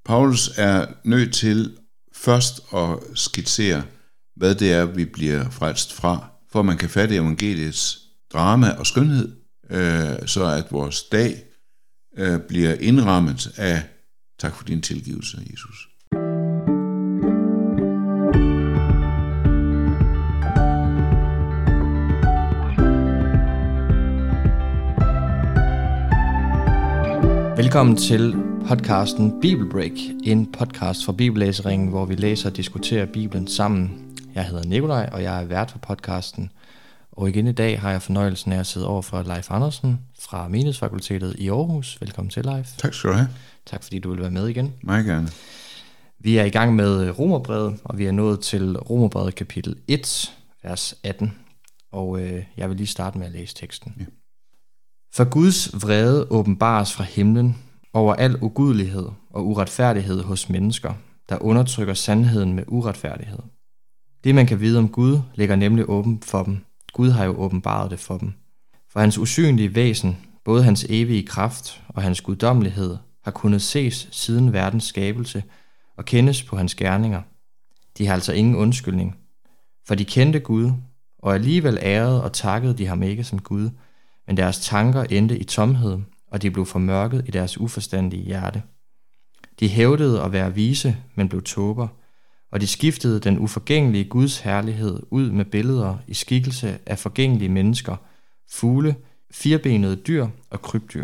Paulus er nødt til først at skitsere, hvad det er, vi bliver frelst fra, for at man kan fatte evangeliets drama og skønhed, så at vores dag bliver indrammet af tak for din tilgivelse, Jesus. Velkommen til podcasten Bibelbreak, en podcast fra Bibellæseringen, hvor vi læser og diskuterer Bibelen sammen. Jeg hedder Nikolaj, og jeg er vært for podcasten. Og igen i dag har jeg fornøjelsen af at sidde over for Leif Andersen fra Menighedsfakultetet i Aarhus. Velkommen til, Leif. Tak skal du have. Tak fordi du vil være med igen. Meget gerne. Vi er i gang med Romerbrevet, og vi er nået til Romerbrevet kapitel 1, vers 18. Og jeg vil lige starte med at læse teksten. Ja. For Guds vrede åbenbares fra himlen over al ugudelighed og uretfærdighed hos mennesker, der undertrykker sandheden med uretfærdighed. Det, man kan vide om Gud, ligger nemlig åbent for dem. Gud har jo åbenbaret det for dem. For hans usynlige væsen, både hans evige kraft og hans guddommelighed, har kunnet ses siden verdens skabelse og kendes på hans gerninger. De har altså ingen undskyldning. For de kendte Gud, og alligevel ærede og takkede de ham ikke som Gud, men deres tanker endte i tomhed, og de blev formørket i deres uforstandige hjerte. De hævdede at være vise, men blev tåber, og de skiftede den uforgængelige Guds herlighed ud med billeder i skikkelse af forgængelige mennesker, fugle, firbenede dyr og krybdyr.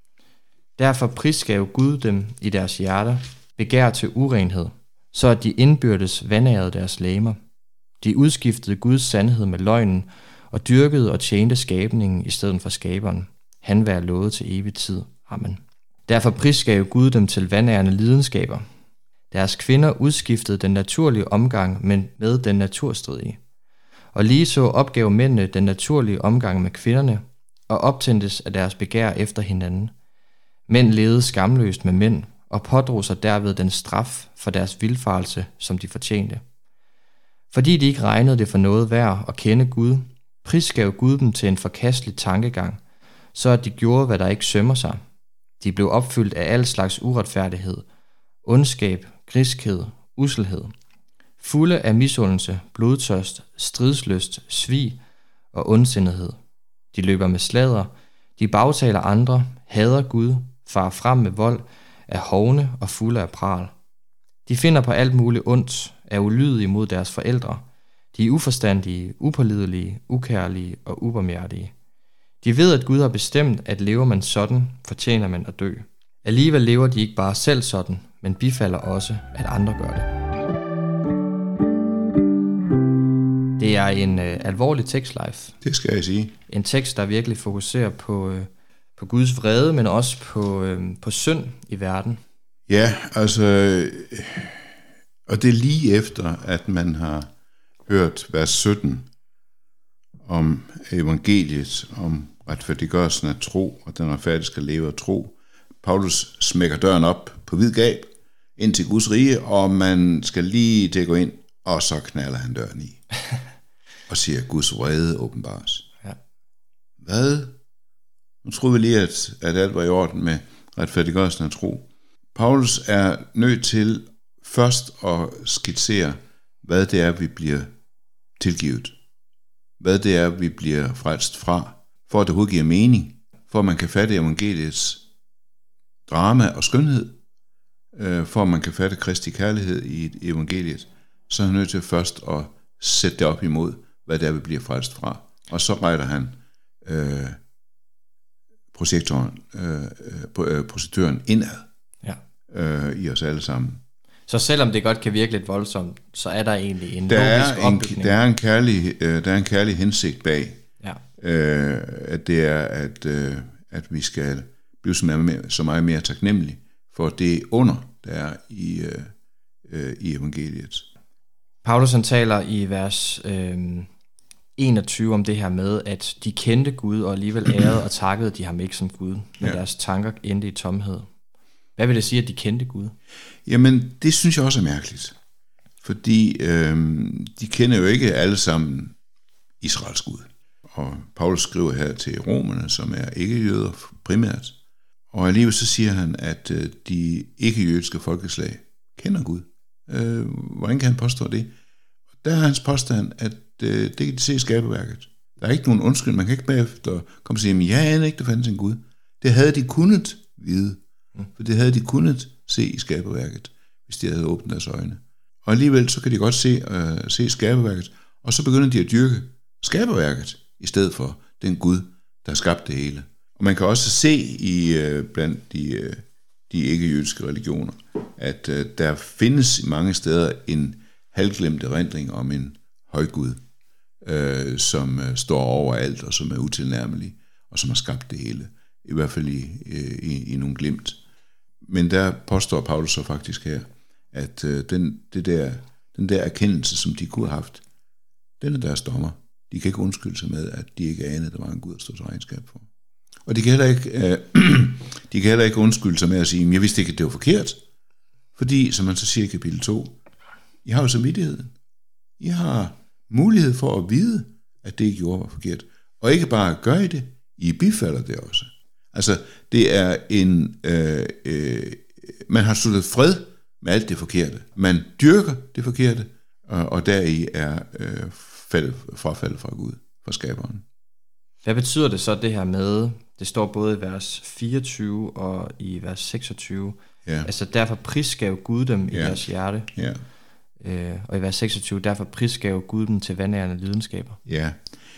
Derfor prisgav Gud dem i deres hjerter begær til urenhed, så at de indbyrdes vandærede deres legemer. De udskiftede Guds sandhed med løgnen, og dyrkede og tjente skabningen i stedet for skaberen. Han være lovet til evig tid. Amen. Derfor prisgav Gud dem til vandærende lidenskaber. Deres kvinder udskiftede den naturlige omgang med den naturstridige. Og lige så opgav mændene den naturlige omgang med kvinderne, og optændtes af deres begær efter hinanden. Mænd levede skamløst med mænd, og pådrog sig derved den straf for deres vildfarelse, som de fortjente. Fordi de ikke regnede det for noget værd at kende Gud, prisgav Gud dem til en forkastelig tankegang, så at de gjorde, hvad der ikke sømmer sig. De blev opfyldt af al slags uretfærdighed, ondskab, griskhed, usselhed, fulde af misundelse, blodtørst, stridslyst, svig og ondsindighed. De løber med sladder, de bagtaler andre, hader Gud, farer frem med vold, er hovne og fulde af pral. De finder på alt muligt ondt, er ulydige mod deres forældre. De er uforstandige, upålidelige, ukærlige og ubarmhjertige. De ved, at Gud har bestemt, at lever man sådan, fortjener man at dø. Alligevel lever de ikke bare selv sådan, men bifalder også, at andre gør det. Det er en alvorlig tekst, Leif. Det skal jeg sige. En tekst, der virkelig fokuserer på Guds vrede, men også på synd i verden. Ja, altså, og det er lige efter, at man har hørt vers 17 om evangeliet, om retfærdiggørelsen af tro, og den retfærdige skal leve af tro. Paulus smækker døren op på vid gab ind til Guds rige, og man skal lige til at gå ind, og så knalder han døren i. Og siger, at Guds vrede åbenbares. Ja. Hvad? Nu troede vi lige, at alt var i orden med retfærdiggørelsen af tro. Paulus er nødt til først at skitsere, hvad det er, vi bliver tilgivet. Hvad det er, vi bliver frelst fra, for at det overhovedet giver mening, for at man kan fatte evangeliets drama og skønhed, for at man kan fatte Kristi kærlighed i evangeliet, så er han nødt til først at sætte det op imod, hvad det er, vi bliver frelst fra. Og så retter han projektøren indad i os alle sammen. Så selvom det godt kan virke lidt voldsomt, så er der egentlig en logisk opbygning. Der er en kærlig hensigt bag. Ja. At det er, at vi skal blive så meget mere taknemmelige for det under, der er i evangeliet. Paulus han taler i vers 21 om det her med, at de kendte Gud, og alligevel ærede og takkede de ham ikke som Gud, men deres tanker endte i tomhed. Hvad vil det sige, at de kendte Gud? Jamen, det synes jeg også er mærkeligt. Fordi de kender jo ikke alle sammen Israels Gud. Og Paulus skriver her til romerne, som er ikke jøder primært, Og alligevel så siger han, at de ikke-jødiske folkeslag kender Gud. Hvordan kan han påstå det? Der er hans påstand, at det kan de se i skaberværket. Der er ikke nogen undskyld. Man kan ikke bagefter komme og sige, at jeg aner ikke, der fandtes en Gud. Det havde de kunnet vide. For det havde de kunnet se i skaberværket, hvis de havde åbnet deres øjne. Og alligevel så kan de godt se skaberværket, og så begynder de at dyrke skaberværket, i stedet for den Gud, der har skabt det hele. Og man kan også se blandt de ikke-jødiske religioner, at der findes mange steder en halvglemt erindring om en højgud, som står over alt, og som er utilnærmelig, og som har skabt det hele. I hvert fald i nogle glimt. Men der påstår Paulus så faktisk her, at den der erkendelse, som de kunne have haft, den er deres dommer. De kan ikke undskylde sig med, at de ikke anede, at der var en Gud at stå til regnskab for. Og de kan heller ikke undskylde sig med at sige, jeg vidste ikke, at det var forkert. Fordi, som man så siger i kapitel 2, I har jo samvittigheden. I har mulighed for at vide, at det ikke gjorde var forkert. Og ikke bare gør I det, I bifalder det også. Altså, det er man har sluttet fred med alt det forkerte. Man dyrker det forkerte, og deri er frafald fra Gud, fra skaberen. Hvad betyder det så, det her med, det står både i vers 24 og i vers 26, altså derfor prisgav Gud dem i deres hjerte, og i vers 26, derfor prisgav Gud dem til vandærende lidenskaber. Ja,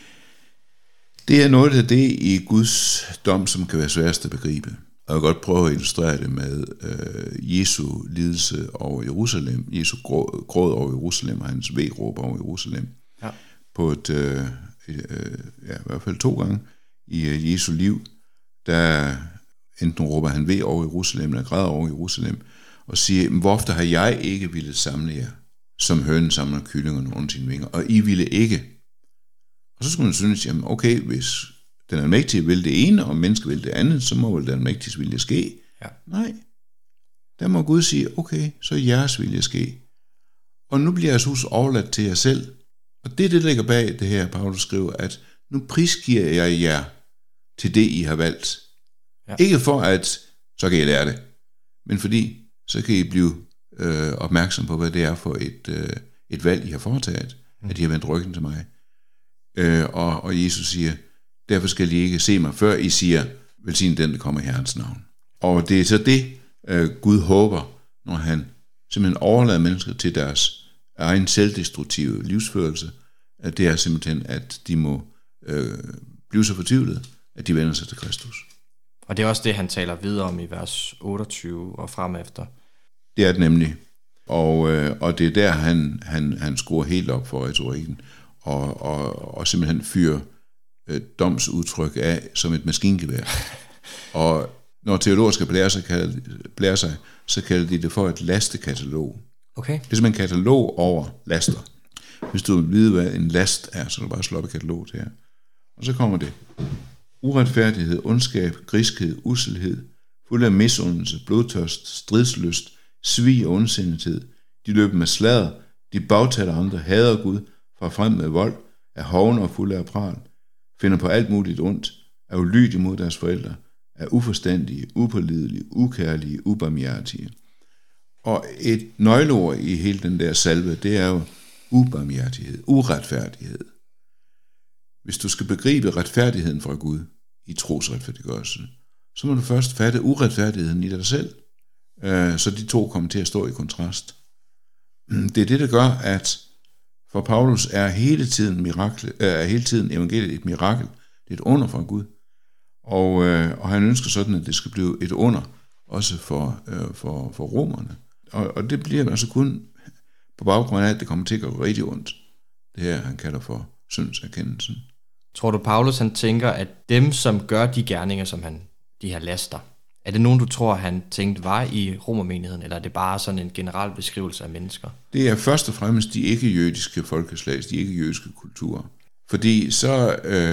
det er noget af det i Guds dom, som kan være sværest at begribe. Og jeg vil godt prøve at illustrere det med Jesu lidelse over Jerusalem, Jesu gråd over Jerusalem og hans væråb over Jerusalem. Ja. På i hvert fald 2 gange i Jesu liv, der enten råber han ved over Jerusalem, eller græder over Jerusalem, og siger, hvor ofte har jeg ikke ville samle jer, som hønen samler kyllingerne under sine vinger, og I ville ikke. Og så skulle man synes, jamen okay, hvis den almægtige vil det ene, og mennesket vil det andet, så må vel den almægtiges vilje ske. Ja. Nej. Der må Gud sige, okay, så er jeres vilje ske. Og nu bliver jeres hus overladt til jer selv. Og det er det, der ligger bag det her, Paulus skriver, at nu prisgiver jeg jer til det, I har valgt. Ja. Ikke for, at så kan I lære det, men fordi, så kan I blive opmærksom på, hvad det er for et valg, I har foretaget, at I har vendt ryggen til mig. Og Jesus siger, derfor skal I ikke se mig, før I siger, velsign den, der kommer i Herrens navn. Og det er så det, Gud håber, når han simpelthen overlader mennesker til deres egen selvdestruktive livsførelse, at det er simpelthen, at de må blive så fortvivlet, at de vender sig til Kristus. Og det er også det, han taler videre om i vers 28 og frem efter. Det er det nemlig. Og det er der, han skruer helt op for retorikken, og simpelthen fyrer domsudtryk af som et maskingevær. Og når teologer skal blære sig, så kalder de det for et lastekatalog. Okay. Det er simpelthen en katalog over laster. Hvis du vil vide, hvad en last er, så kan du bare slå op i kataloget her. Og så kommer det. Uretfærdighed, ondskab, griskhed, usselhed, fuld af misundelse, blodtørst, stridslyst, svig og ondsindighed. De løber med sladder, de bagtaler andre, hader Gud, fra frem med vold, er hovne og fulde af pral, finder på alt muligt ondt, er ulydige mod deres forældre, er uforstandige, upålidelige, ukærlige, ubarmhjertige. Og et nøgleord i hele den der salve, det er jo ubarmhjertighed, uretfærdighed. Hvis du skal begribe retfærdigheden fra Gud i trosretfærdiggørelsen, så må du først fatte uretfærdigheden i dig selv, så de to kommer til at stå i kontrast. Det er det, der gør, at for Paulus er hele tiden evangeliet et mirakel, det er et under fra Gud, og han ønsker sådan, at det skal blive et under, også for romerne. Og det bliver altså kun på baggrund af, at det kommer til at gå rigtig ondt. Det her, han kalder for syndserkendelsen. Tror du, Paulus han tænker, at dem, som gør de gerninger, som de her laster, er det nogen, du tror, han tænkte var i romermenigheden, eller er det bare sådan en generel beskrivelse af mennesker? Det er først og fremmest de ikke-jødiske folkeslag, de ikke-jødiske kulturer. Fordi så,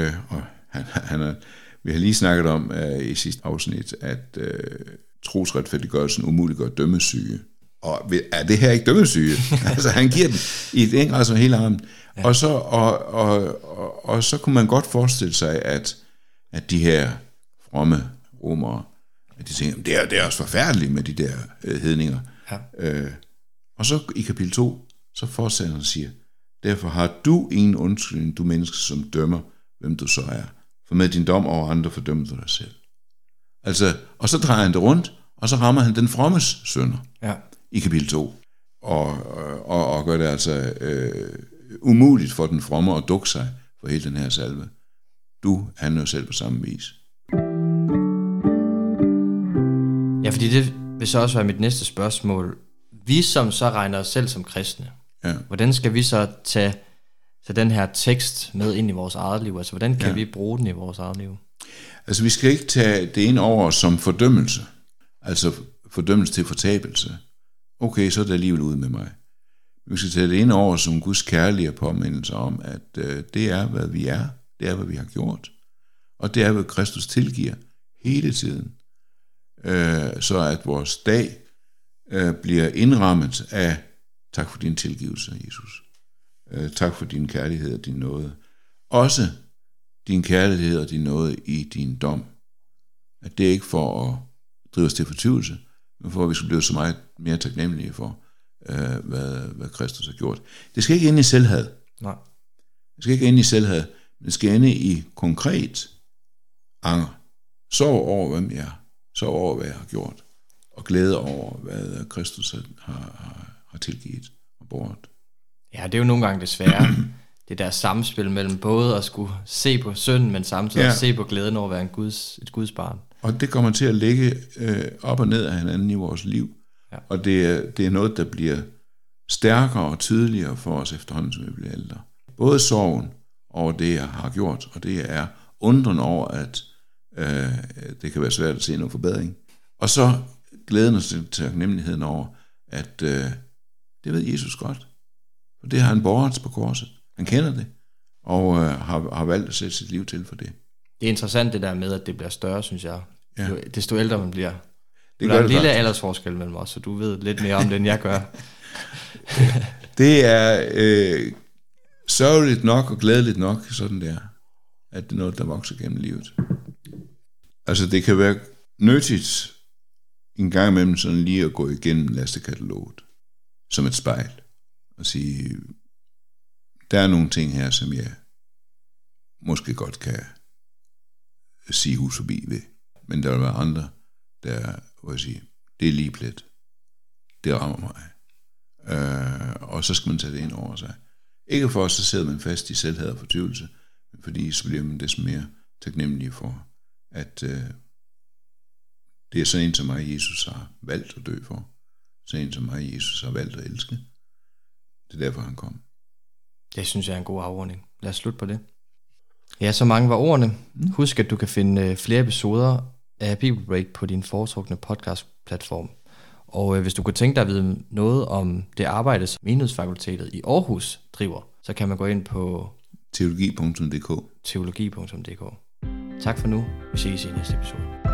vi har lige snakket om i sidste afsnit, at trosretfærdiggørelsen umuliggør dømmesyge. Og er det her ikke dømmesyge? Altså han giver den i et grad som hele armen. Ja. Og så kunne man godt forestille sig, at de her fromme romere, at de tænker, det er også forfærdeligt med de der hedninger. Ja. Og så i kapitel 2, så fortsætter han og siger, derfor har du ingen undskyldning, du menneske, som dømmer, hvem du så er. For med din dom over andre fordømmer du dig selv. Altså, og så drejer han det rundt, og så rammer han den frommes synder i kapitel 2. Og gør det altså umuligt for den fromme at dukke sig for hele den her salve. Du handler jo selv på samme vis. Ja, fordi det vil så også være mit næste spørgsmål. Vi som så regner os selv som kristne, hvordan skal vi så tage den her tekst med ind i vores eget liv? Altså, hvordan kan vi bruge den i vores eget liv? Altså, vi skal ikke tage det ind over som fordømmelse. Altså, fordømmelse til fortabelse. Okay, så er det alligevel ude med mig. Vi skal tage det ind over som Guds kærlige påmindelse om, at det er, hvad vi er. Det er, hvad vi har gjort. Og det er, hvad Kristus tilgiver hele tiden. Så at vores dag bliver indrammet af tak for din tilgivelse, Jesus. Tak for din kærlighed og din nåde. Også din kærlighed og din nåde i din dom. At det er ikke for at drive os til fortvivlelse, men for at vi skal blive så meget mere taknemmelige for, hvad Kristus har gjort. Det skal ikke ende i selvhad. Nej. Det skal ikke ende i selvhad, men det skal ende i konkret anger. Sorg over, hvem jeg er. Sorg over, hvad jeg har gjort. Og glæde over, hvad Kristus har tilgivet og båret. Ja, det er jo nogle gange desværre det der samspil mellem både at skulle se på synden, men samtidig også se på glæden over at være et Guds barn. Og det kommer til at ligge op og ned af hinanden i vores liv. Ja. Og det er noget, der bliver stærkere og tydeligere for os efterhånden, som vi bliver ældre. Både sorgen over det, jeg har gjort, og det er undren over, at det kan være svært at se noget forbedring. Og så glæden og taknemmeligheden over, at det ved Jesus godt. For det har han båret på korset. Han kender det, og har valgt at sætte sit liv til for det. Det er interessant det der med, at det bliver større, synes jeg. Ja. Desto ældre man bliver. Det der er en lille aldersforskel mellem os, så du ved lidt mere om det, end jeg gør. Det er sørgeligt nok og glædeligt nok, sådan der, at det er noget, der vokser gennem livet. Altså, det kan være nyttigt en gang imellem sådan lige at gå igennem lastekataloget som et spejl og sige, der er nogle ting her, som jeg måske godt kan sige hus forbi ved, men der vil være andre, der vil sige, det er lige plet, det rammer mig, og så skal man tage det ind over sig. Ikke for, så sidder man fast i selvhad og fortvivlelse, men fordi så bliver man desto mere taknemmelig for, at det er sådan en som mig, Jesus har valgt at dø for. Sådan en som mig, Jesus har valgt at elske. Det er derfor, han kom. Det synes jeg er en god afrunding. Lad os slutte på det. Ja, så mange var ordene. Husk, at du kan finde flere episoder af Bibelbreak på din foretrukne podcast-platform. Og hvis du kunne tænke dig at vide noget om det arbejde, som Menighedsfakultetet i Aarhus driver, så kan man gå ind på teologi.dk. Tak for nu. Vi ses i næste episode.